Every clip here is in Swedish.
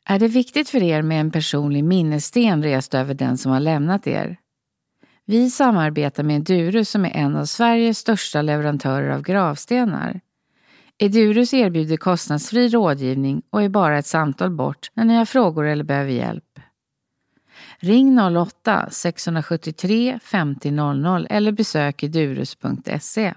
Är det viktigt för er med en personlig minnessten rest över den som har lämnat er? Vi samarbetar med Edurus som är en av Sveriges största leverantörer av gravstenar. Edurus erbjuder kostnadsfri rådgivning och är bara ett samtal bort när ni har frågor eller behöver hjälp. Ring 08-673 50 00 eller besök edurus.se.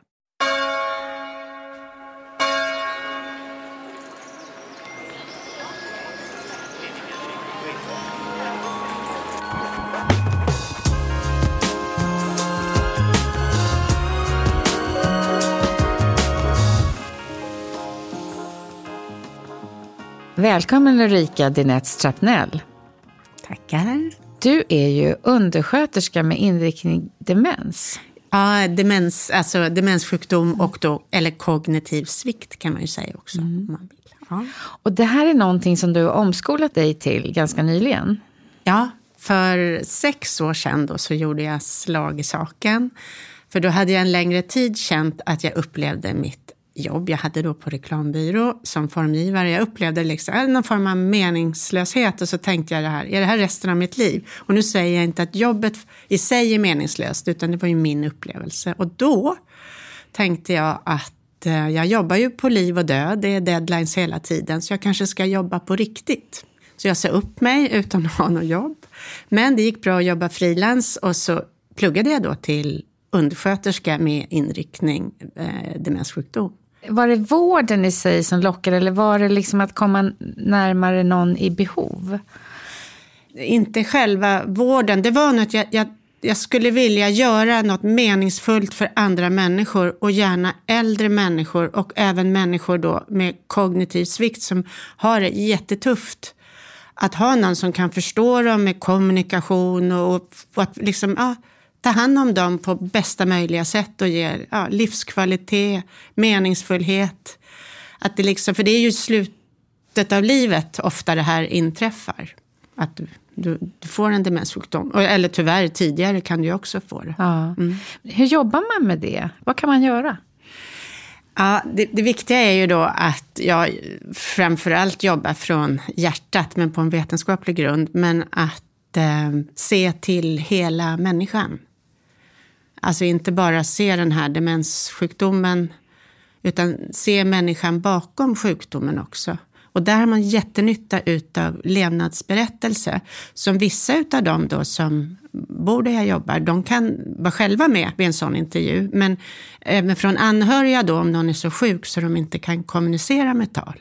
Välkommen Ulrika Dinette Strapnell. Tackar. Du är ju undersköterska med inriktning demens. Ja, demens, alltså demenssjukdom och då, eller kognitiv svikt kan man ju säga också. Om man vill. Ja. Och det här är någonting som du har omskolat dig till ganska nyligen. Ja, för 6 år sedan då så gjorde jag slag i saken. För då hade jag en längre tid känt att jag upplevde mitt jobb. Jag hade då på reklambyrå som formgivare. Jag upplevde liksom någon form av meningslöshet och så tänkte jag är det här resten av mitt liv? Och nu säger jag inte att jobbet i sig är meningslöst utan det var ju min upplevelse. Och då tänkte jag att jag jobbar ju på liv och död. Det är deadlines hela tiden så jag kanske ska jobba på riktigt. Så jag sa upp mig utan att ha något jobb. Men det gick bra att jobba frilans och så pluggade jag då till undersköterska med inriktning demenssjukdom. Var det vården i sig som lockade eller var det liksom att komma närmare någon i behov? Inte själva vården. Det var något jag skulle vilja göra något meningsfullt för andra människor och gärna äldre människor och även människor då med kognitiv svikt som har det jättetufft. Att ha någon som kan förstå dem med kommunikation och att liksom, ta hand om dem på bästa möjliga sätt och ge livskvalitet, meningsfullhet. Att det liksom, för det är ju slutet av livet ofta det här inträffar. Att du får en demenssjukdom. Eller tyvärr tidigare kan du också få det. Ja. Hur jobbar man med det? Vad kan man göra? Ja, det viktiga är ju då att jag framförallt jobbar från hjärtat men på en vetenskaplig grund. Men att se till hela människan. Alltså inte bara se den här demenssjukdomen utan se människan bakom sjukdomen också. Och där har man jättenytta utav levnadsberättelse. Som vissa utav dem då som bor där jag jobbar, de kan vara själva med vid en sån intervju. Men även från anhöriga då om någon är så sjuk så de inte kan kommunicera med tal.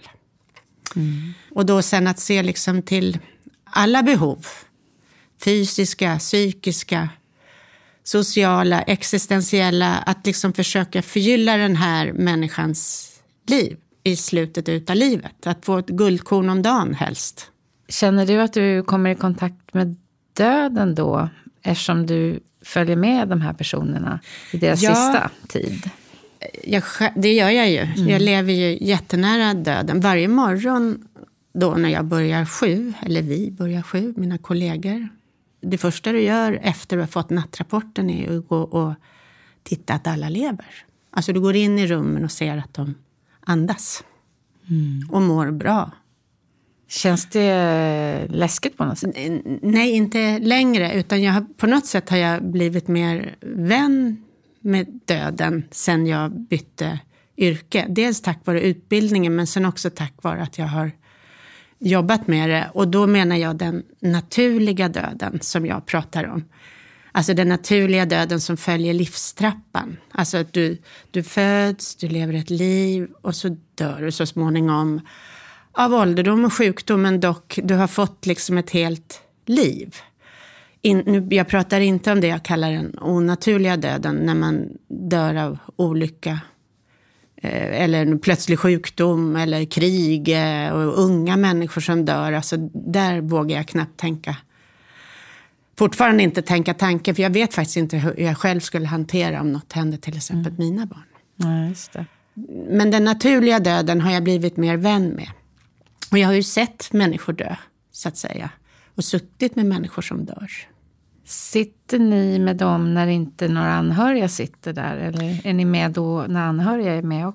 Och då sen att se liksom till alla behov. Fysiska, psykiska, sociala, existentiella. Att liksom försöka förgylla den här människans liv i slutet utav livet. Att få ett guldkorn om dagen helst. Känner du att du kommer i kontakt med döden då? Eftersom du följer med de här personerna i deras sista tid. Det gör jag ju. Jag lever ju jättenära döden. Varje morgon då när jag börjar 7, eller vi börjar 7, mina kollegor. Det första du gör efter att ha fått nattrapporten är att gå och titta att alla lever. Alltså du går in i rummen och ser att de andas. Och mår bra. Känns det läskigt på något sätt? Nej, inte längre. Utan på något sätt har jag blivit mer vän med döden sen jag bytte yrke. Dels tack vare utbildningen men sen också tack vare att jag har jobbat med det. Och då menar jag den naturliga döden som jag pratar om. Alltså den naturliga döden som följer livstrappan. Alltså att du föds, du lever ett liv och så dör du så småningom av ålderdom och sjukdom. Men dock, du har fått liksom ett helt liv. Jag pratar inte om det jag kallar den onaturliga döden. När man dör av olycka. Eller en plötslig sjukdom eller krig och unga människor som dör. Alltså där vågar jag knappt tänka. Fortfarande inte tänka tanken för jag vet faktiskt inte hur jag själv skulle hantera om något hände till exempel mina barn. Ja, just det. Men den naturliga döden har jag blivit mer vän med. Och jag har ju sett människor dö så att säga. Och suttit med människor som dör. Sitter ni med dem när inte några anhöriga sitter där? Eller är ni med då när anhöriga är med också?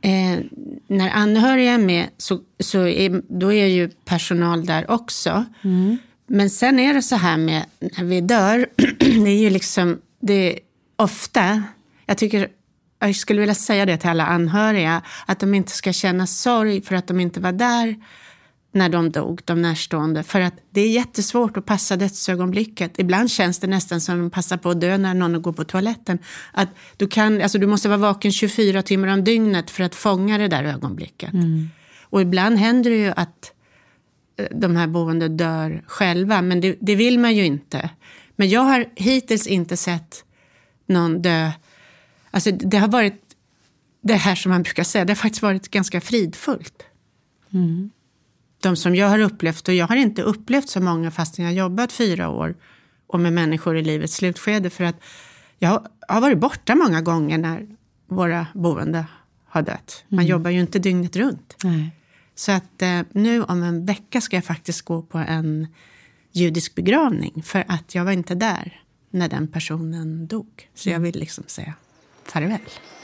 När anhöriga är med då är ju personal där också. Men sen är det så här med när vi dör, det är ju liksom, det är ofta, jag skulle vilja säga det till alla anhöriga, att de inte ska känna sorg för att de inte var där när de dog, de närstående. För att det är jättesvårt att passa dödsögonblicket. Ibland känns det nästan som de passar på att dö när någon går på toaletten. Att du måste vara vaken 24 timmar om dygnet för att fånga det där ögonblicket. Och ibland händer det ju att de här boende dör själva, men det vill man ju inte. Men jag har hittills inte sett någon dö. Alltså det har varit det här som man brukar säga, det har faktiskt varit ganska fridfullt. De som jag har upplevt, och jag har inte upplevt så många fast jag har jobbat 4 år och med människor i livets slutskede, för att jag har varit borta många gånger när våra boende har dött. Man jobbar ju inte dygnet runt. Nej. Så att nu om en vecka ska jag faktiskt gå på en judisk begravning, för att jag var inte där när den personen dog. Så jag vill liksom säga farväl.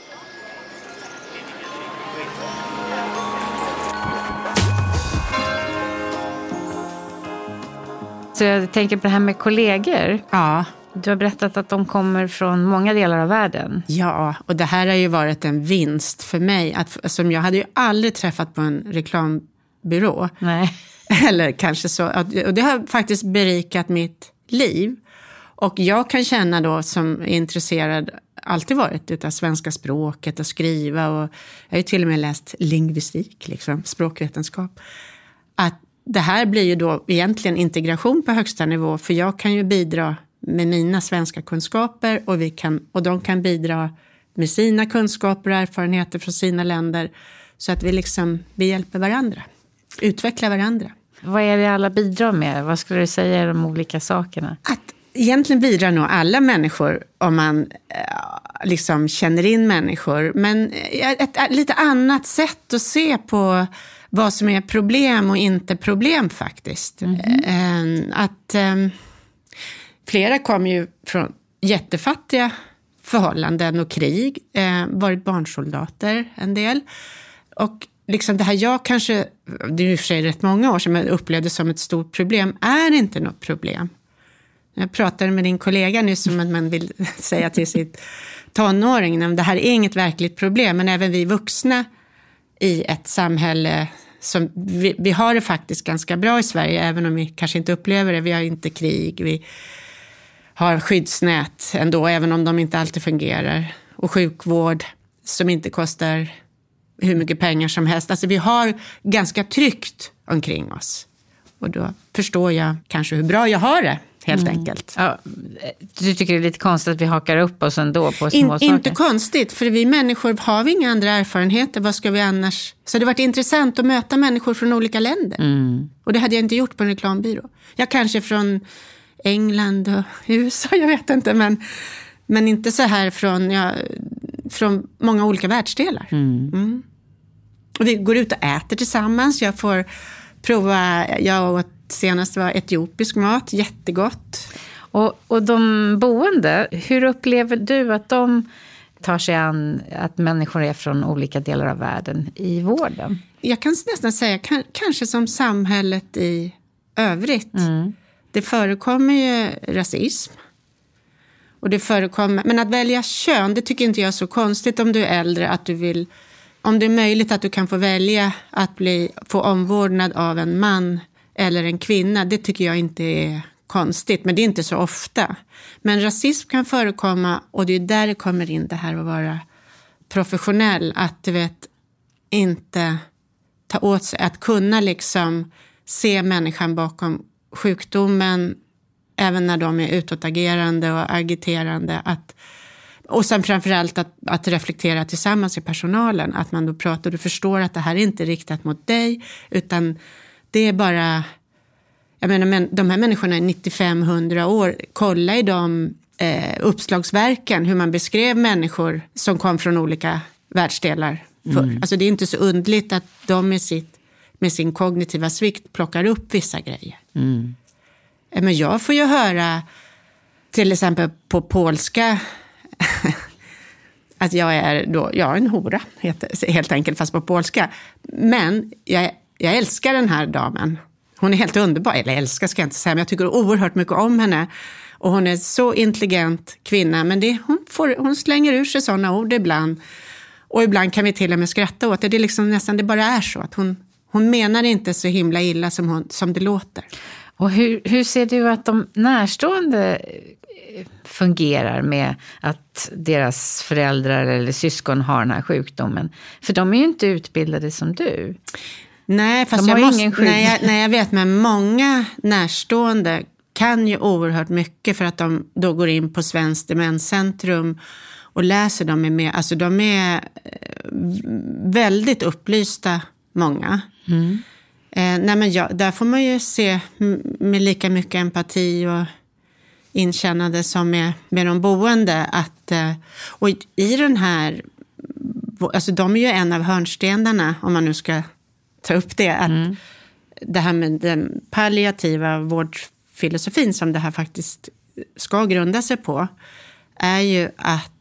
Så jag tänker på det här med kollegor. Ja. Du har berättat att de kommer från många delar av världen. Ja, och det här har ju varit en vinst för mig. Som jag hade ju aldrig träffat på en reklambyrå. Nej. Eller kanske så. Och det har faktiskt berikat mitt liv. Och jag kan känna då, som är intresserad, alltid varit utav svenska språket och skriva. Och jag har ju till och med läst lingvistik, liksom, språkvetenskap. Att det här blir ju då egentligen integration på högsta nivå. För jag kan ju bidra med mina svenska kunskaper, och de kan bidra med sina kunskaper och erfarenheter från sina länder, så att vi hjälper varandra, utvecklar varandra. Vad är det alla bidrar med? Vad skulle du säga är de olika sakerna? Att egentligen bidrar nog alla människor om man liksom känner in människor, men ett lite annat sätt att se på vad som är problem och inte problem faktiskt. Flera kom ju från jättefattiga förhållanden och krig, varit barnsoldater en del. Och liksom det här det är ju för sig rätt många år som jag upplevde som ett stort problem, är inte något problem. Jag pratade med din kollega nu som att man vill säga till sitt tonåring, att det här är inget verkligt problem, men även vi vuxna i ett samhälle som vi har det faktiskt ganska bra i Sverige, även om vi kanske inte upplever det. Vi har inte krig, vi har skyddsnät ändå, även om de inte alltid fungerar. Och sjukvård som inte kostar hur mycket pengar som helst. Alltså vi har ganska tryggt omkring oss. Och då förstår jag kanske hur bra jag har det, helt enkelt. Ja, du tycker det är lite konstigt att vi hakar upp oss ändå på små saker? Inte konstigt, för vi människor har vi inga andra erfarenheter. Vad ska vi annars? Så det har varit intressant att möta människor från olika länder. Och det hade jag inte gjort på en reklambyrå. Jag kanske från England och USA, jag vet inte. Men inte så här från många olika världsdelar. Och vi går ut och äter tillsammans. Jag får prova, jag åt senast var etiopisk mat, jättegott. Och de boende, hur upplever du att de tar sig an att människor är från olika delar av världen i vården? Jag kan nästan säga kanske som samhället i övrigt. Det förekommer ju rasism. Och det förekommer, men att välja kön, det tycker inte jag är så konstigt om du är äldre, att du vill, om det är möjligt att du kan få välja att få omvårdnad av en man eller en kvinna, det tycker jag inte är konstigt, men det är inte så ofta. Men rasism kan förekomma, och det är där det kommer in det här att vara professionell, att du vet, inte ta åt sig, att kunna liksom se människan bakom sjukdomen, även när de är utåtagerande och agiterande, och sen framförallt att reflektera tillsammans i personalen, att man då pratar och du förstår att det här är inte riktat mot dig, utan det är bara, jag menar, men de här människorna är 95-100 år, kolla i de uppslagsverken hur man beskrev människor som kom från olika världsdelar förr. Alltså det är inte så undligt att de med sin kognitiva svikt plockar upp vissa grejer. Men jag får ju höra till exempel på polska att jag är då, en hora helt enkelt, fast på polska. Men jag älskar den här damen. Hon är helt underbar, eller älskar ska jag inte säga, men jag tycker oerhört mycket om henne. Och hon är så intelligent kvinna, men hon slänger ur sig sådana ord ibland. Och ibland kan vi till och med skratta åt det. Det är liksom nästan, det bara är så att hon menar inte så himla illa som det låter. Och hur ser du att de närstående fungerar med att deras föräldrar eller syskon har den här sjukdomen? För de är ju inte utbildade som du. Nej, fast jag vet, men många närstående kan ju oerhört mycket för att de då går in på Svenskt Demenscentrum och läser dem med. Alltså de är väldigt upplysta, många. Där får man ju se med lika mycket empati och inkännande som med de boende. Och i den här, alltså de är ju en av hörnstenarna, om man nu ska ta upp det, att det här med den palliativa vårdfilosofin som det här faktiskt ska grunda sig på, är ju att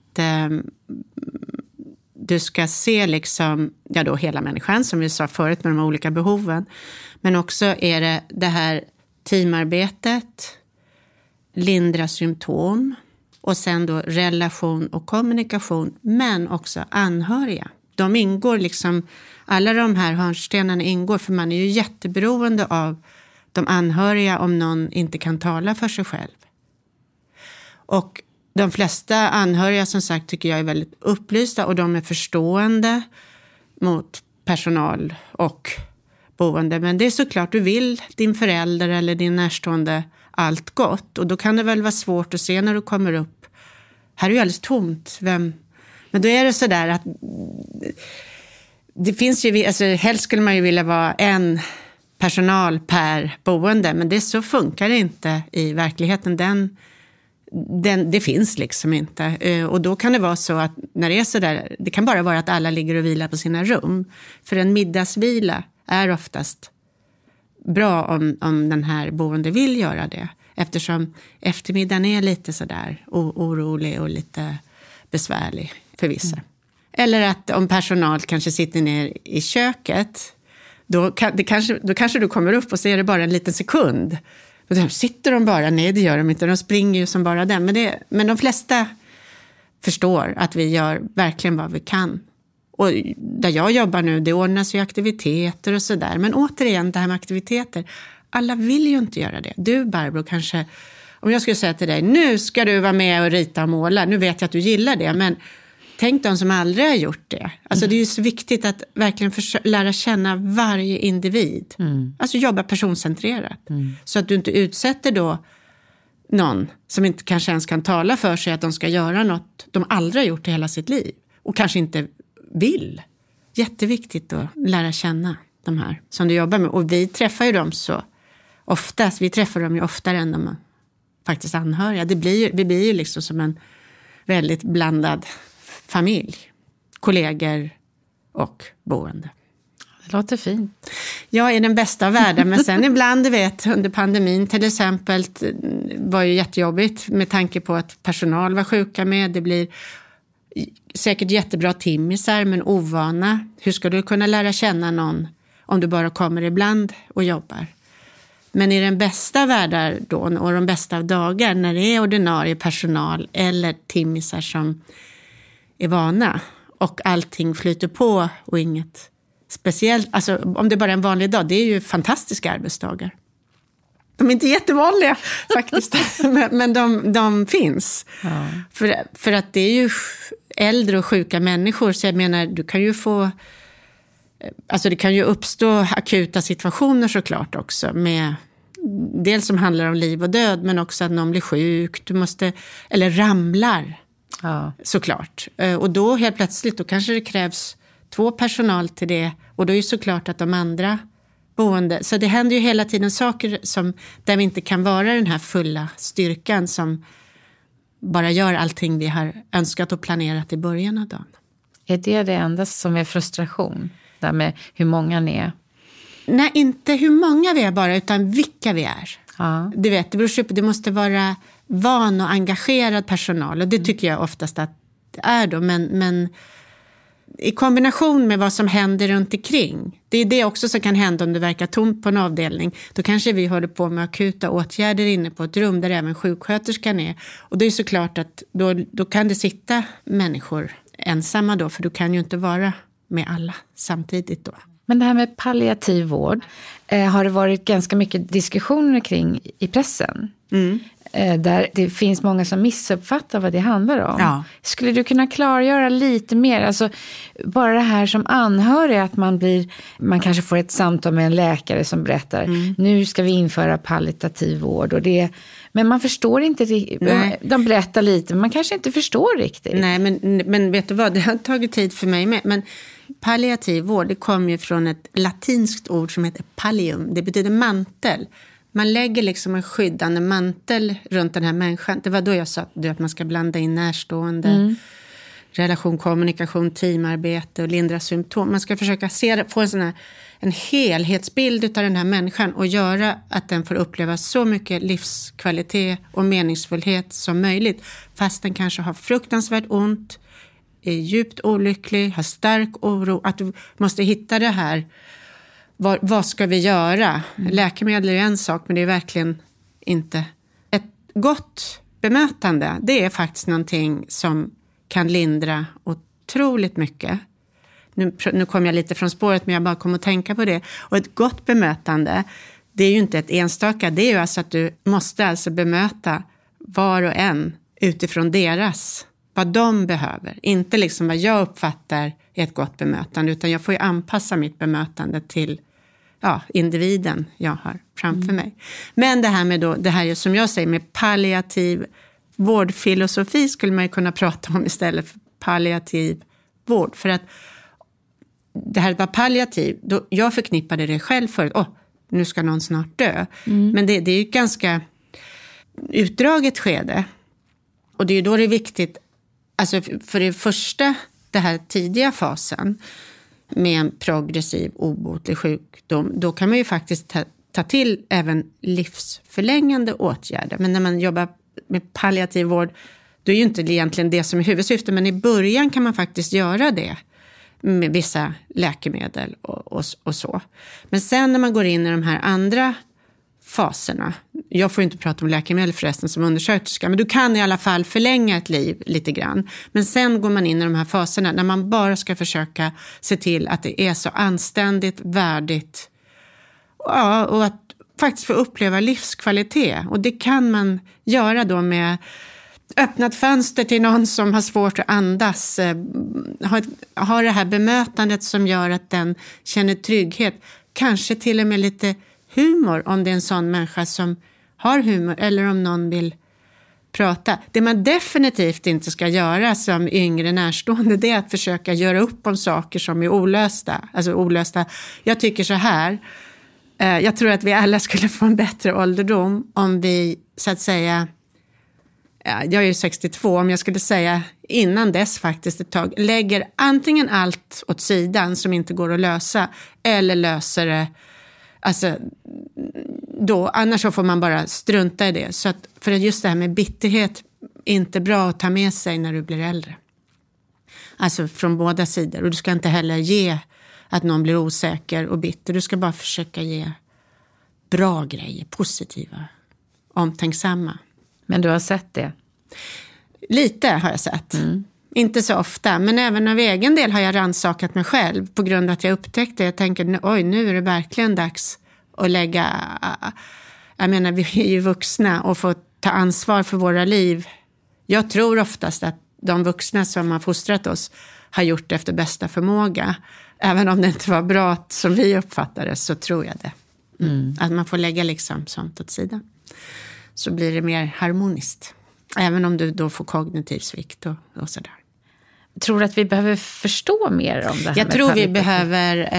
du ska se liksom, då hela människan som vi sa förut med de olika behoven. Men också är det här teamarbetet, lindra symptom och sen då relation och kommunikation, men också anhöriga. De ingår liksom, alla de här hörnstenarna ingår, för man är ju jätteberoende av de anhöriga om någon inte kan tala för sig själv. Och de flesta anhöriga som sagt tycker jag är väldigt upplysta och de är förstående mot personal och boende. Men det är såklart, du vill din förälder eller din närstående allt gott. Och då kan det väl vara svårt att se när du kommer upp. Här är ju alldeles tomt. Men då är det sådär att det finns ju, alltså helst skulle man ju vilja vara en personal per boende. Men det så funkar det inte i verkligheten. Det finns liksom inte. Och då kan det vara så att när det är så där, det kan bara vara att alla ligger och vilar på sina rum. För en middagsvila är oftast bra om den här boende vill göra det. Eftersom eftermiddagen är lite sådär orolig och lite besvärlig för vissa. Eller att om personal kanske sitter ner i köket, då kanske du kommer upp och så är det bara en liten sekund. Och då sitter de bara, nej det gör de inte, de springer ju som bara den. Men de flesta förstår att vi gör verkligen vad vi kan. Och där jag jobbar nu, det ordnas ju aktiviteter och sådär. Men återigen, det här med aktiviteter, alla vill ju inte göra det. Du Barbro kanske, om jag skulle säga till dig, nu ska du vara med och rita och måla. Nu vet jag att du gillar det, men tänk de som aldrig har gjort det. Alltså det är ju så viktigt att verkligen lära känna varje individ. Alltså jobba personcentrerat. Så att du inte utsätter då någon som inte kanske ens kan tala för sig att de ska göra något de aldrig har gjort i hela sitt liv. Och kanske inte vill. Jätteviktigt att lära känna de här som du jobbar med. Och vi träffar ju dem så oftast. Vi träffar dem ju oftare än de faktiskt anhöriga. Vi blir ju liksom som en väldigt blandad familj, kollegor och boende. Det låter fint. Jag är den bästa av världen, men sen ibland, du vet, under pandemin till exempel var ju jättejobbigt med tanke på att personal var sjuka med. Det blir säkert jättebra timmisar, men ovana. Hur ska du kunna lära känna någon om du bara kommer ibland och jobbar? Men i den bästa världar då, och de bästa av dagar, när det är ordinarie personal eller timmisar som är vana och allting flyter på och inget speciellt, alltså om det bara är en vanlig dag, det är ju fantastiska arbetsdagar. De är inte jättevanliga faktiskt, men de finns. Ja. För att det är ju äldre och sjuka människor, så jag menar, du kan ju få, alltså det kan ju uppstå akuta situationer såklart också, med dels som handlar om liv och död, men också att någon blir sjuk, eller ramlar. Ja. Såklart. Och då helt plötsligt, då kanske det krävs 2 personal till det. Och då är ju såklart att de andra boende. Så det händer ju hela tiden saker där vi inte kan vara den här fulla styrkan som bara gör allting vi har önskat och planerat i början av dagen. Är det enda som är frustration? Där med hur många ni är? Nej, inte hur många vi är bara, utan vilka vi är. Ja. Det måste vara van och engagerad personal. Och det tycker jag oftast att är då. Men i kombination med vad som händer runt omkring. Det är det också som kan hända om det verkar tomt på en avdelning. Då kanske vi håller på med akuta åtgärder inne på ett rum där även sjuksköterskan är. Och det är såklart att då kan det sitta människor ensamma då. För du kan ju inte vara med alla samtidigt då. Men det här med palliativ vård har det varit ganska mycket diskussioner kring i pressen. Där det finns många som missuppfattar vad det handlar om. Ja. Skulle du kunna klargöra lite mer? Alltså, bara det här som anhörig att man kanske får ett samtal med en läkare som berättar nu ska vi införa palliativ vård. Men man förstår inte riktigt. De berättar lite men man kanske inte förstår riktigt. Nej, men vet du vad? Det har tagit tid för mig med. Men palliativ vård, det kommer ju från ett latinskt ord som heter pallium. Det betyder mantel. Man lägger liksom en skyddande mantel runt den här människan. Det var då jag sa att man ska blanda in närstående, relation, kommunikation, teamarbete och lindra symptom. Man ska försöka få en helhetsbild av den här människan och göra att den får uppleva så mycket livskvalitet och meningsfullhet som möjligt. Fast den kanske har fruktansvärt ont, är djupt olycklig, har stark oro. Att du måste hitta det här. Vad ska vi göra? Läkemedel är en sak, men det är verkligen inte. Ett gott bemötande, det är faktiskt någonting som kan lindra otroligt mycket. Nu kom jag lite från spåret, men jag bara kom att tänka på det. Och ett gott bemötande, det är ju inte ett enstaka. Det är ju alltså att du måste alltså bemöta var och en utifrån vad de behöver. Inte liksom vad jag uppfattar är ett gott bemötande, utan jag får ju anpassa mitt bemötande till individen jag har framför mig. Men det här med det här som jag säger med palliativ vårdfilosofi skulle man ju kunna prata om istället för palliativ vård. För att det här var palliativ, jag förknippade det själv förut. Nu ska någon snart dö. Men det är ju ett ganska utdraget skede. Och det är ju då det är viktigt, alltså för det första, det här tidiga fasen med en progressiv obotlig sjukdom, då kan man ju faktiskt ta till även livsförlängande åtgärder. Men när man jobbar med palliativ vård, då är ju inte egentligen det som är huvudsyftet, men i början kan man faktiskt göra det med vissa läkemedel och så. Men sen när man går in i de här andra faserna, jag får inte prata om läkemedel förresten som undersköterska, men du kan i alla fall förlänga ett liv lite grann. Men sen går man in i de här faserna när man bara ska försöka se till att det är så anständigt, värdigt och att faktiskt få uppleva livskvalitet. Och det kan man göra då med öppnat fönster till någon som har svårt att andas, har det här bemötandet som gör att den känner trygghet, kanske till och med lite humor om det är en sån människa som har humor, eller om någon vill prata. Det man definitivt inte ska göra som yngre närstående, det är att försöka göra upp om saker som är olösta. Alltså olösta. Jag tycker så här, jag tror att vi alla skulle få en bättre ålderdom om vi, så att säga, jag är ju 62, om jag skulle säga innan dess faktiskt ett tag, lägger antingen allt åt sidan som inte går att lösa, eller löser det. Alltså, annars så får man bara strunta i det. Så att, för att just det här med bitterhet är inte bra att ta med sig när du blir äldre. Alltså från båda sidor. Och du ska inte heller ge att någon blir osäker och bitter. Du ska bara försöka ge bra grejer, positiva, omtänksamma. Men du har sett det? Lite har jag sett. Inte så ofta, men även av egen del har jag rannsakat mig själv på grund av att jag upptäckte. Jag tänker, nu är det verkligen dags att lägga... Jag menar, vi är ju vuxna och får ta ansvar för våra liv. Jag tror oftast att de vuxna som har fostrat oss har gjort det efter bästa förmåga. Även om det inte var bra som vi uppfattade, så tror jag det. Att man får lägga liksom sånt åt sidan. Så blir det mer harmoniskt. Även om du då får kognitiv svikt och sådär. Tror du att vi behöver förstå mer om det här? Jag tror vi behöver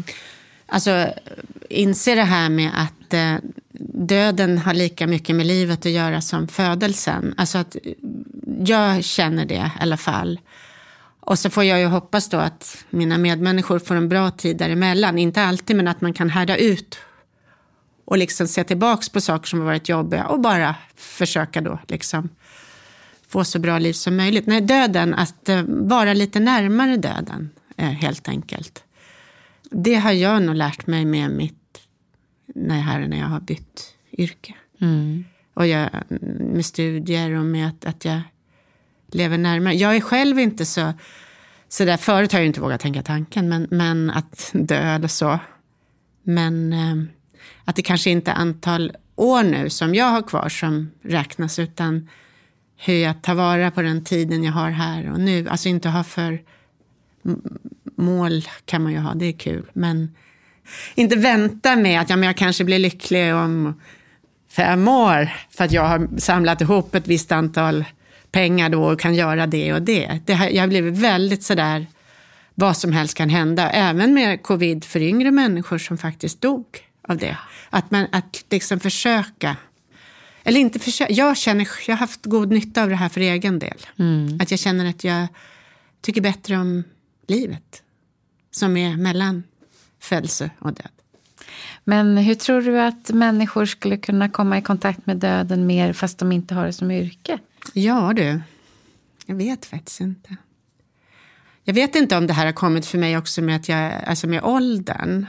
inse det här med att döden har lika mycket med livet att göra som födelsen. Alltså att jag känner det i alla fall. Och så får jag ju hoppas då att mina medmänniskor får en bra tid däremellan. Inte alltid, men att man kan härda ut och liksom se tillbaks på saker som har varit jobbiga och bara försöka då liksom få så bra liv som möjligt. Nej, döden, att vara lite närmare döden helt enkelt. Det har jag nog lärt mig med när jag har bytt yrke. Och med studier och med att jag lever närmare. Jag är själv inte så där, förut har jag inte vågat tänka tanken, men att dö eller så. Men att det kanske inte är antal år nu som jag har kvar som räknas, utan hur jag tar vara på den tiden jag har här och nu. Alltså inte ha för mål kan man ju ha, det är kul. Men inte vänta med att jag kanske blir lycklig om 5 år för att jag har samlat ihop ett visst antal pengar då och kan göra det och det. Jag har blivit väldigt sådär, vad som helst kan hända. Även med covid för yngre människor som faktiskt dog av det. Att liksom försöka, eller inte försöka, jag har haft god nytta av det här för egen del. Att jag känner att jag tycker bättre om livet som är mellan födelse och död. Men hur tror du att människor skulle kunna komma i kontakt med döden mer fast de inte har det som yrke? Ja du, jag vet faktiskt inte. Jag vet inte om det här har kommit för mig också med med åldern.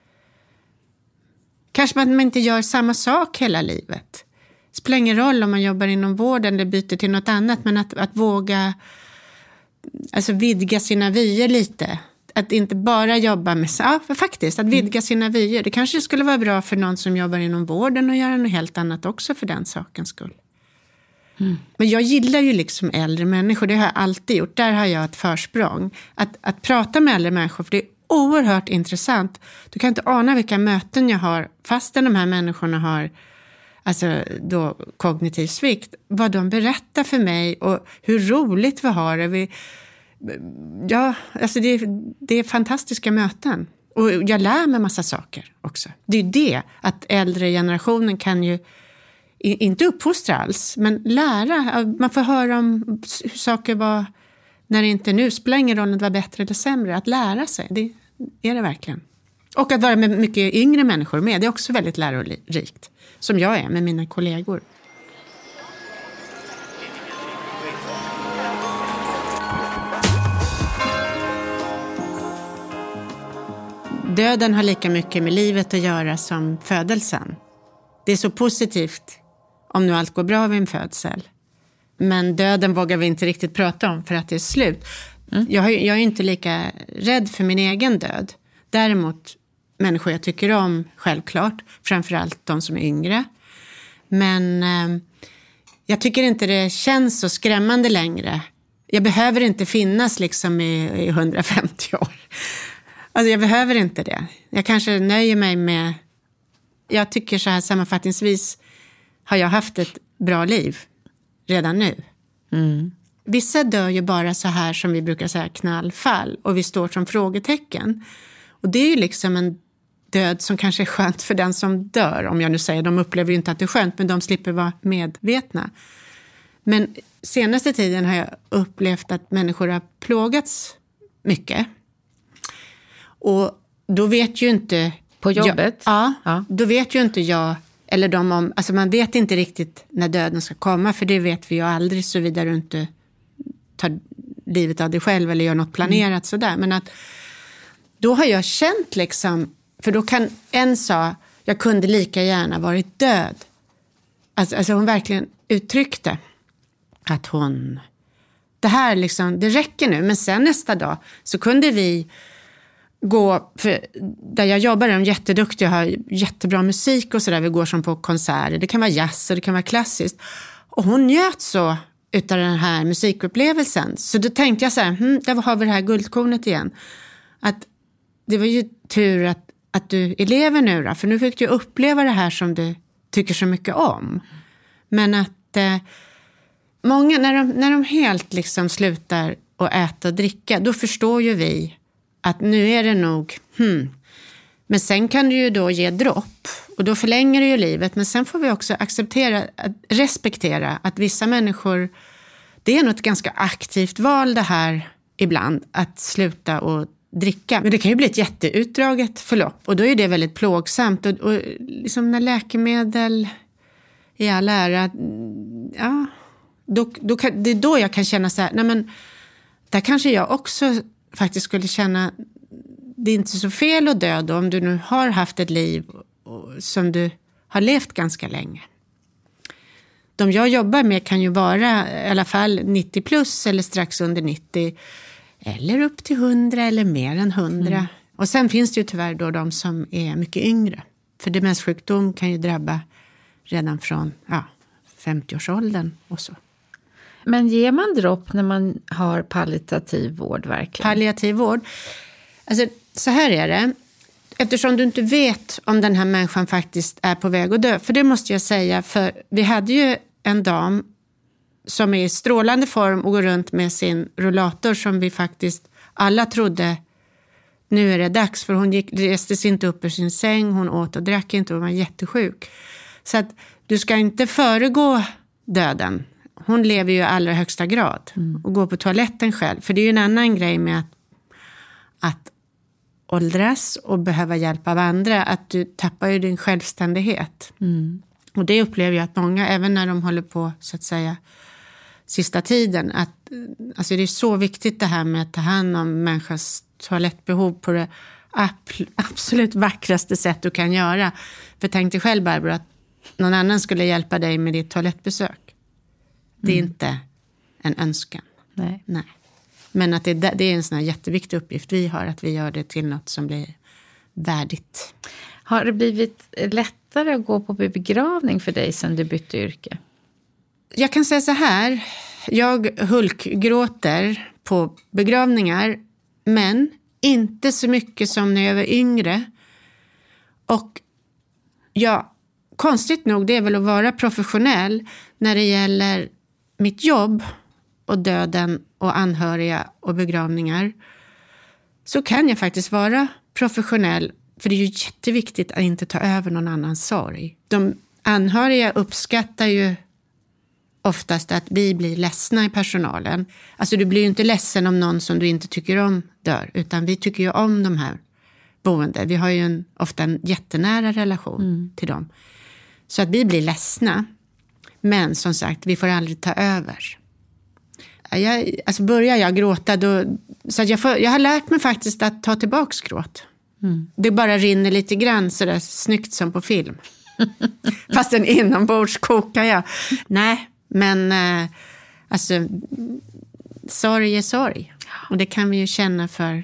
Kanske man inte gör samma sak hela livet. Det spelar ingen roll om man jobbar inom vården eller byter till något annat, men att våga vidga sina vyer lite. Att inte bara jobba med, faktiskt, att vidga sina vyer. Det kanske skulle vara bra för någon som jobbar inom vården och göra något helt annat också för den sakens skull. Men jag gillar ju liksom äldre människor, det har jag alltid gjort. Där har jag ett försprång. Att prata med äldre människor, för det är oerhört intressant. Du kan inte ana vilka möten jag har, fastän de här människorna har då kognitiv svikt. Vad de berättar för mig och hur roligt vi har det. Det är fantastiska möten. Och jag lär mig massa saker också. Det är det att äldre generationen kan ju inte uppfostra alls, men lära. Man får höra om hur saker var när det inte nu spelar ingen roll om det var bättre eller sämre. Att lära sig, det är det verkligen. Och att vara med mycket yngre människor med, det är också väldigt lärorikt. Som jag är med mina kollegor. Döden har lika mycket med livet att göra som födelsen. Det är så positivt om nu allt går bra vid en födsel. Men döden vågar vi inte riktigt prata om för att det är slut. Jag är inte lika rädd för min egen död. Däremot människor jag tycker om, självklart. Framförallt de som är yngre. Men jag tycker inte det känns så skrämmande längre. Jag behöver inte finnas liksom i 150 år. Alltså jag behöver inte det. Jag kanske nöjer mig med... Jag tycker så här sammanfattningsvis har jag haft ett bra liv redan nu. Vissa dör ju bara så här som vi brukar säga knallfall. Och vi står som frågetecken. Och det är ju liksom en död som kanske är skönt för den som dör. Om jag nu säger, de upplever ju inte att det är skönt, men de slipper vara medvetna. Men senaste tiden har jag upplevt att människor har plågats mycket. Och då vet ju inte... På jobbet? Ja, då vet ju inte jag eller de om... Alltså man vet inte riktigt när döden ska komma, för det vet vi ju aldrig såvida du inte tar livet av dig själv eller gör något planerat sådär. Men att då har jag känt liksom... För då kan en sa, jag kunde lika gärna varit död. Alltså hon verkligen uttryckte att hon... Det här liksom, det räcker nu. Men sen nästa dag så kunde vi gå... För där jag jobbar är de jätteduktiga och har jättebra musik och sådär. Vi går som på konserter. Det kan vara jazz och det kan vara klassiskt. Och hon njöt så utav den här musikupplevelsen. Så då tänkte jag så här, där har vi det här guldkornet igen. Att det var ju tur att du lever nu då. För nu fick du uppleva det här som du tycker så mycket om. Men att många, när de helt liksom slutar att äta och dricka, då förstår ju vi att nu är det nog, Men sen kan du ju då ge dropp och då förlänger du ju livet. Men sen får vi också respektera att vissa människor, det är något ganska aktivt val det här ibland, att sluta och dricka. Men det kan ju bli ett jätteutdraget förlopp och då är det väldigt plågsamt. Och liksom när läkemedel i all ära, ja, det är då jag kan känna så här, nej men där kanske jag också faktiskt skulle känna, det är inte så fel att dö då, om du nu har haft ett liv som du har levt ganska länge. De jag jobbar med kan ju vara i alla fall 90 plus eller strax under 90 eller upp till 100 eller mer än 100. Och sen finns det ju tyvärr då de som är mycket yngre. För demenssjukdom kan ju drabba redan från 50-årsåldern och så. Men ger man dropp när man har palliativ vård verkligen? Palliativ vård? Alltså så här är det. Eftersom du inte vet om den här människan faktiskt är på väg att dö. För det måste jag säga, för vi hade ju en dam som är i strålande form och går runt med sin rollator som vi faktiskt alla trodde, nu är det dags. För hon reste sig inte upp ur sin säng, hon åt och drack inte och var jättesjuk. Så att du ska inte föregå döden. Hon lever ju i allra högsta grad och går på toaletten själv. För det är ju en annan grej med att åldras och behöva hjälp av andra. Att du tappar ju din självständighet. Och det upplever jag att många, även när de håller på så att säga sista tiden. Alltså det är så viktigt det här med att ta hand om människans toalettbehov på det absolut vackraste sätt du kan göra. För tänk dig själv, Barbro, att någon annan skulle hjälpa dig med ditt toalettbesök. Det är inte en önskan. Nej. Men att det är en sån här jätteviktig uppgift vi har, att vi gör det till något som blir värdigt. Har det blivit lättare att gå på begravning för dig sedan du bytte yrke? Jag kan säga så här, jag hulkgråter på begravningar, men inte så mycket som när jag var yngre. Och konstigt nog, det är väl att vara professionell när det gäller mitt jobb och döden och anhöriga och begravningar. Så kan jag faktiskt vara professionell, för det är ju jätteviktigt att inte ta över någon annans sorg. De anhöriga uppskattar ju oftast att vi blir ledsna i personalen. Alltså du blir ju inte ledsen om någon som du inte tycker om dör, utan vi tycker ju om de här boende. Vi har ju ofta en jättenära relation till dem. Så att vi blir ledsna. Men som sagt, vi får aldrig ta över. Börjar jag gråta då, så att jag har lärt mig faktiskt att ta tillbaks gråt. Det bara rinner lite grann så där snyggt som på film. Fast den inombords kokar jag. Nej, men sorg är sorg. Och det kan vi ju känna för,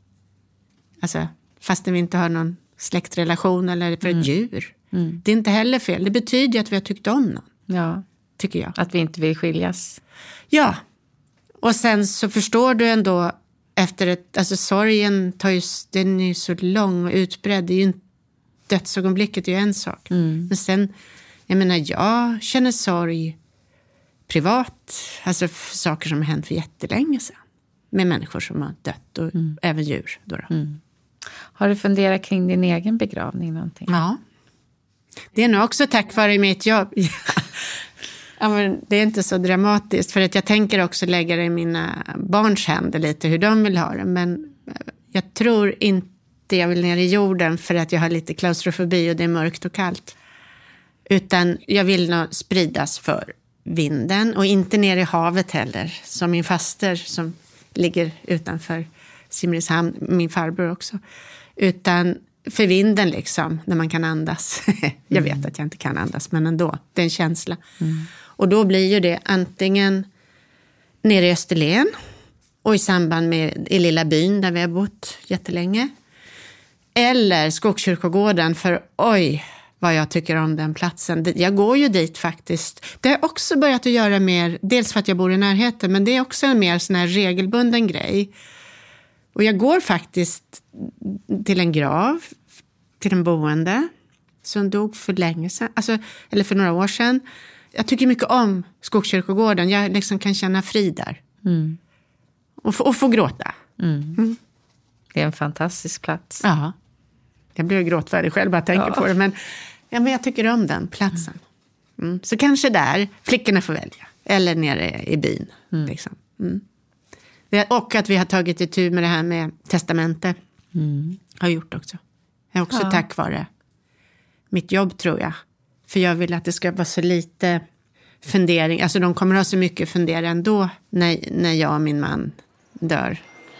fastän vi inte har någon släktrelation eller för ett djur. Det är inte heller fel. Det betyder att vi har tyckt om någon. Ja. Tycker jag. Att vi inte vill skiljas. Ja. Och sen så förstår du ändå efter sorgen den är ju så lång och utbredd. Det är ju dödsögonblicket är ju en sak. Men sen, jag känner sorg privat. Alltså för saker som har hänt för jättelänge sedan. Med människor som har dött och även djur. Då. Har du funderat kring din egen begravning någonting? Ja. Det är nog också tack vare mitt jobb. Men det är inte så dramatiskt. För att jag tänker också lägga det i mina barns händer lite hur de vill ha det. Men jag tror inte jag vill ner i jorden för att jag har lite klaustrofobi och det är mörkt och kallt. Utan jag vill nog spridas för vinden och inte ner i havet heller. Som min faster som ligger utanför Simrishamn, min farbror också. Utan för vinden liksom, när man kan andas. Jag vet att jag inte kan andas, men ändå. Det är en känsla. Och då blir ju det antingen nere i Österlen och i samband med i lilla byn där vi har bott jättelänge. Eller Skogskyrkogården, för oj vad jag tycker om den platsen. Jag går ju dit faktiskt. Det har också börjat att göra mer, dels för att jag bor i närheten, men det är också en mer sån här regelbunden grej. Och jag går faktiskt till en grav, till en boende som dog för länge sedan, eller för några år sedan. Jag tycker mycket om Skogskyrkogården. Jag liksom kan känna frid där. Och få gråta. Det är en fantastisk plats. Ja. Jag blir gråtfärdig själv bara tänker på det. Men jag tycker om den platsen. Så kanske där flickorna får välja. Eller nere i byn. Liksom. Och att vi har tagit itu med det här med testamente. Har gjort också. Det är också tack vare mitt jobb tror jag. För jag vill att det ska vara så lite fundering. Alltså de kommer ha så mycket fundera ändå när jag och min man dör.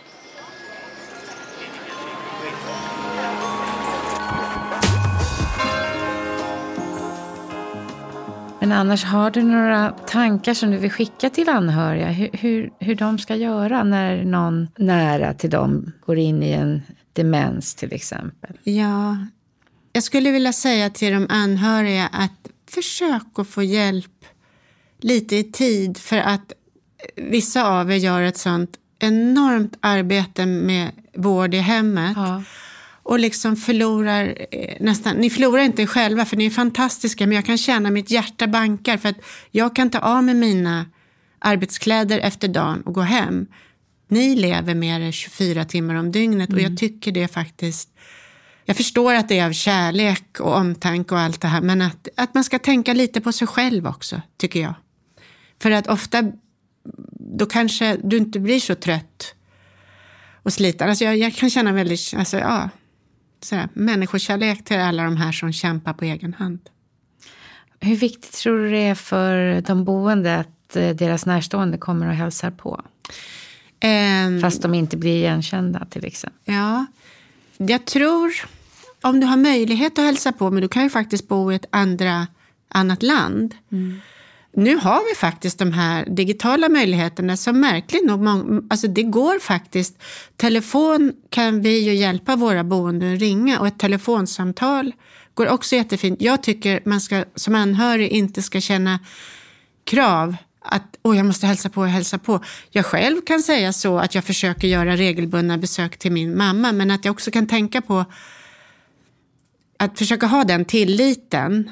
Men annars, har du några tankar som du vill skicka till anhöriga? Hur de ska göra när någon nära till dem går in i en demens till exempel? Ja, jag skulle vilja säga till de anhöriga att försök att få hjälp lite i tid. För att vissa av er gör ett sånt enormt arbete med vård i hemmet. Ja. Och liksom förlorar nästan, ni förlorar inte själva för ni är fantastiska, men jag kan känna mitt hjärta bankar för att jag kan ta av med mina arbetskläder efter dagen och gå hem. Ni lever mer än 24 timmar om dygnet och jag tycker det faktiskt, jag förstår att det är av kärlek och omtanke och allt det här, men att man ska tänka lite på sig själv också, tycker jag. För att ofta, då kanske du inte blir så trött och sliten. Alltså jag kan känna väldigt, alltså ja, sådär, människokärlek till alla de här som kämpar på egen hand. Hur viktigt tror du det är för de boende att deras närstående kommer och hälsar på? Fast de inte blir igenkända till exempel. Ja, jag tror om du har möjlighet att hälsa på, men du kan ju faktiskt bo i ett annat land. Nu har vi faktiskt de här digitala möjligheterna som märkligt nog, alltså det går faktiskt. Telefon kan vi ju hjälpa våra boende att ringa och ett telefonsamtal går också jättefint. Jag tycker man ska som anhörig inte ska känna krav att jag måste hälsa på. Jag själv kan säga så att jag försöker göra regelbundna besök till min mamma, men att jag också kan tänka på att försöka ha den tilliten.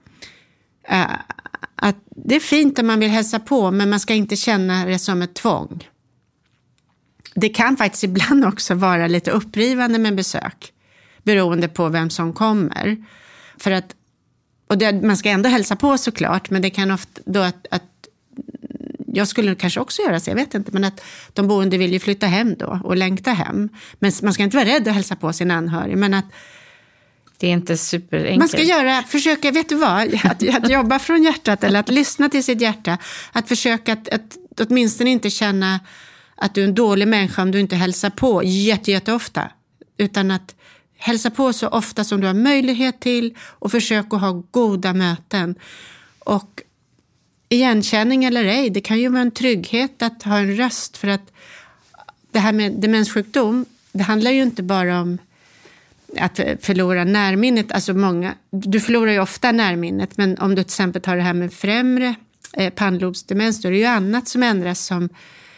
Att det är fint om man vill hälsa på, men man ska inte känna det som ett tvång. Det kan faktiskt ibland också vara lite upprivande med besök, beroende på vem som kommer. För att, man ska ändå hälsa på såklart, men det kan ofta då att jag skulle kanske också göra så, jag vet inte, men att de boende vill ju flytta hem då och längta hem. Men man ska inte vara rädd att hälsa på sin anhörig, men att det är inte superenkelt. Man ska försöka, vet du vad, att jobba från hjärtat eller att lyssna till sitt hjärta. Att försöka att åtminstone inte känna att du är en dålig människa om du inte hälsar på jätteofta. Utan att hälsa på så ofta som du har möjlighet till och försöka ha goda möten. Och igenkänning eller ej, det kan ju vara en trygghet att ha en röst. För att det här med demenssjukdom, det handlar ju inte bara om att förlora närminnet, alltså du förlorar ju ofta närminnet, men om du till exempel tar det här med främre pannlobsdemens, då är det ju annat som ändras som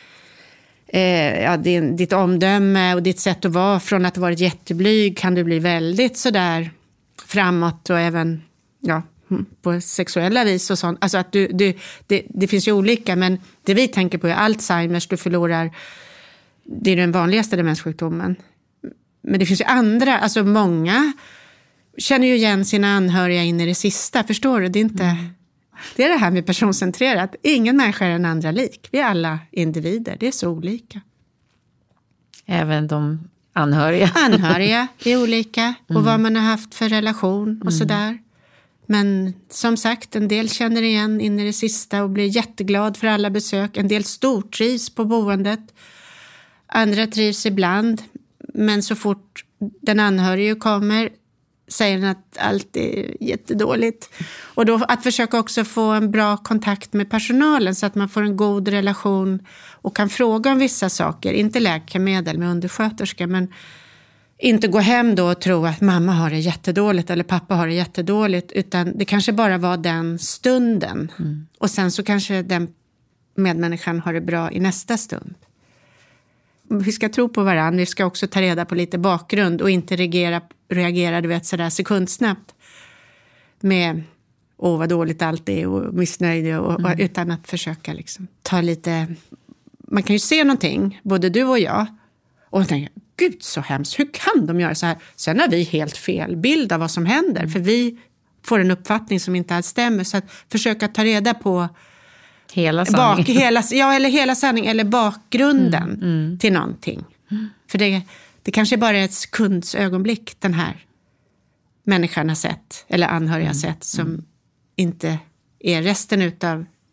ditt omdöme och ditt sätt att vara. Från att ha varit jätteblyg kan du bli väldigt sådär framåt och även på sexuella vis och sånt. Alltså att det finns ju olika, men det vi tänker på är Alzheimers, du förlorar, det är den vanligaste demenssjukdomen. Men det finns ju andra, alltså många känner ju igen sina anhöriga in i det sista, förstår du? Det är inte, det är det här med personcentrerat. Ingen människa är en andra lik. Vi är alla individer, det är så olika. Även de anhöriga? Anhöriga är olika och vad man har haft för relation och sådär. Men som sagt, en del känner igen in i det sista och blir jätteglad för alla besök. En del stortrivs på boendet. Andra trivs ibland. Men så fort den anhörige kommer säger den att allt är jättedåligt. Och då att försöka också få en bra kontakt med personalen så att man får en god relation och kan fråga om vissa saker. Inte läkemedel med undersköterska, men inte gå hem då och tro att mamma har det jättedåligt eller pappa har det jättedåligt. Utan det kanske bara var den stunden. Och sen så kanske den medmänniskan har det bra i nästa stund. Vi ska tro på varandra, vi ska också ta reda på lite bakgrund och inte reagera du vet, sådär sekundsnabbt med vad dåligt allt är och missnöjd utan att försöka liksom ta lite, man kan ju se någonting, både du och jag, och tänka, gud så hemskt, hur kan de göra så här? Sen har vi helt fel bild av vad som händer, för vi får en uppfattning som inte alls stämmer, så att försöka ta reda på hela sanningen. Hela sanningen eller bakgrunden till någonting. För det kanske bara är ett sekunds ögonblick den här människan har sett eller anhöriga har sett som inte är resten utav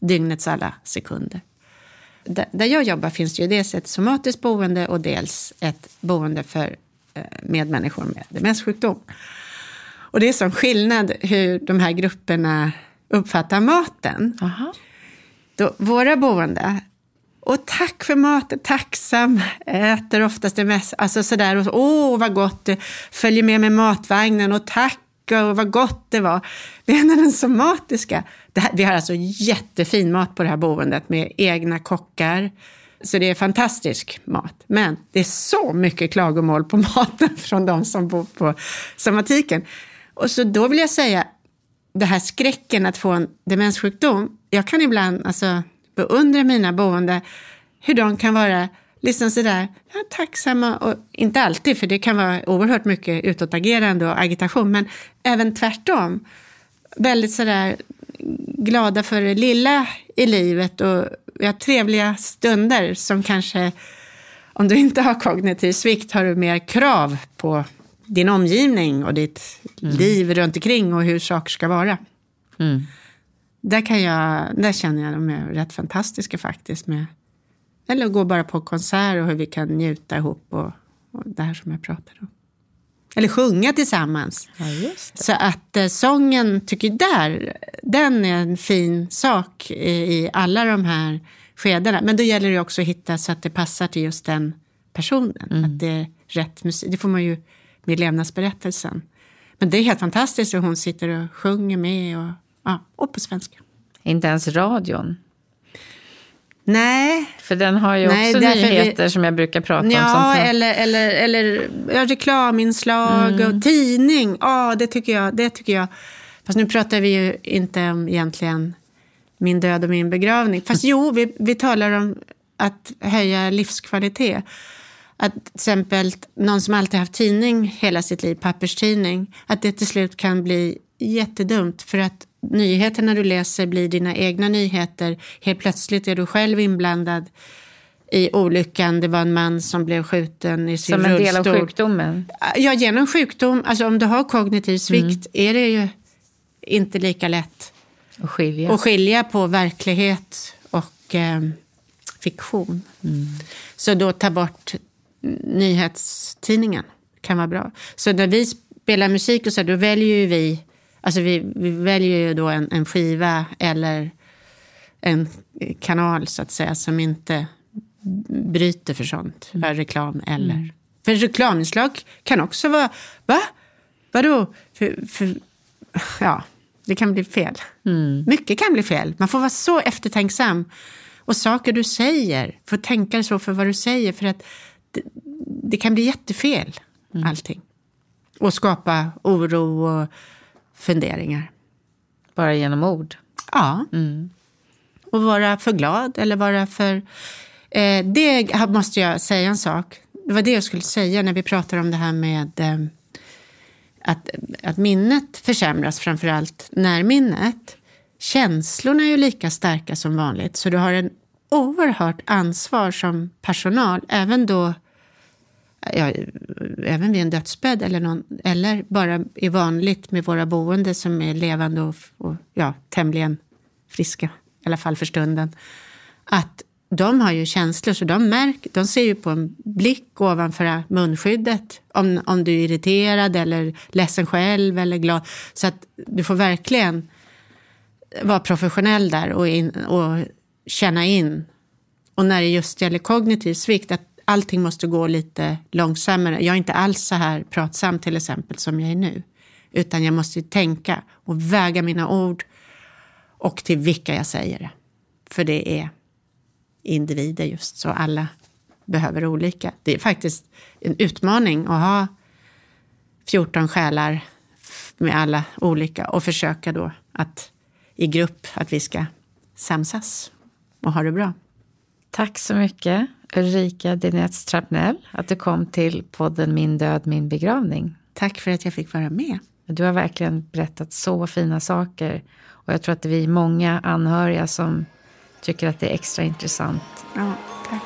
dygnets alla sekunder. Där jag jobbar finns det ju dels ett somatiskt boende och dels ett boende för medmänniskor med demenssjukdom. Och det är som skillnad hur de här grupperna uppfattar maten. Aha. Då, våra boende, och tack för maten, tacksam, äter oftast det mest, alltså sådär, och vad gott det, följer med matvagnen och tack och vad gott det var. Men den somatiska, vi har alltså jättefin mat på det här boendet med egna kockar. Så det är fantastisk mat. Men det är så mycket klagomål på maten från de som bor på somatiken. Och så då vill jag säga, det här skräcken att få en demenssjukdom. Jag kan ibland beundra mina boende hur de kan vara liksom sådär tacksamma. Och inte alltid, för det kan vara oerhört mycket utåtagerande och agitation. Men även tvärtom. Väldigt sådär glada för det lilla i livet och trevliga stunder som kanske, om du inte har kognitiv svikt, har du mer krav på din omgivning och ditt liv runt omkring och hur saker ska vara. Där känner jag dem är rätt fantastiska faktiskt. Eller gå bara på konsert och hur vi kan njuta ihop och det här som jag pratar om. Eller sjunga tillsammans. Ja, just det. Så att sången tycker den är en fin sak i alla de här skedena. Men då gäller det också att hitta så att det passar till just den personen. Att det är rätt musik. Det får man ju med levnadsberättelsen. Men det är helt fantastiskt att hon sitter och sjunger med och på svenska. Inte ens radion. Nej. För den har ju också nyheter som jag brukar prata om. Ja, eller reklaminslag och tidning. Ja, det tycker jag. Fast nu pratar vi ju inte om egentligen min död och min begravning. Fast vi talar om att höja livskvalitet. Att till exempel någon som alltid haft tidning hela sitt liv, papperstidning, att det till slut kan bli jättedumt för att nyheterna du läser blir dina egna nyheter. Helt plötsligt är du själv inblandad i olyckan. Det var en man som blev skjuten i sin rullstol. Som en del av sjukdomen? Ja, genom sjukdom. Alltså om du har kognitiv svikt är det ju inte lika lätt att skilja på verklighet och fiktion. Så då ta bort nyhetstidningen kan vara bra. Så när vi spelar musik och så, då väljer ju vi väljer ju då en skiva eller en kanal så att säga som inte bryter för sånt. För reklam eller... För reklaminslag kan också vara... Va? Vadå? Ja, det kan bli fel. Mycket kan bli fel. Man får vara så eftertänksam. Och saker du säger, får tänka så för vad du säger. För att det kan bli jättefel, allting. Och skapa oro och funderingar. Bara genom ord? Ja. Och vara för glad eller vara för... det måste jag säga en sak. Det var det jag skulle säga när vi pratar om det här med att minnet försämras, framförallt närminnet. Känslorna är ju lika starka som vanligt. Så du har en oerhört ansvar som personal. Även då... även vid en dödsbädd eller bara är vanligt med våra boende som är levande och tämligen friska, i alla fall för stunden, att de har ju känslor, så de ser ju på en blick ovanför munskyddet om du är irriterad eller ledsen själv eller glad, så att du får verkligen vara professionell där och känna in. Och när det just gäller kognitiv svikt, att allting måste gå lite långsammare. Jag är inte alls så här pratsam till exempel som jag är nu. Utan jag måste tänka och väga mina ord och till vilka jag säger det. För det är individer just, så alla behöver olika. Det är faktiskt en utmaning att ha 14 själar med alla olika och försöka då att i grupp att vi ska samsas och ha det bra. Tack så mycket Ulrika Dinetz Trapnell att du kom till podden Min död, min begravning. Tack för att jag fick vara med. Du har verkligen berättat så fina saker och jag tror att det är vi många anhöriga som tycker att det är extra intressant. Ja, tack.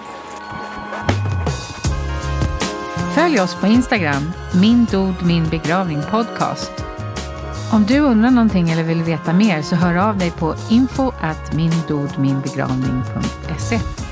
Följ oss på Instagram, Min död, min begravning podcast. Om du undrar någonting eller vill veta mer så hör av dig på info@mindodminbegravning.se.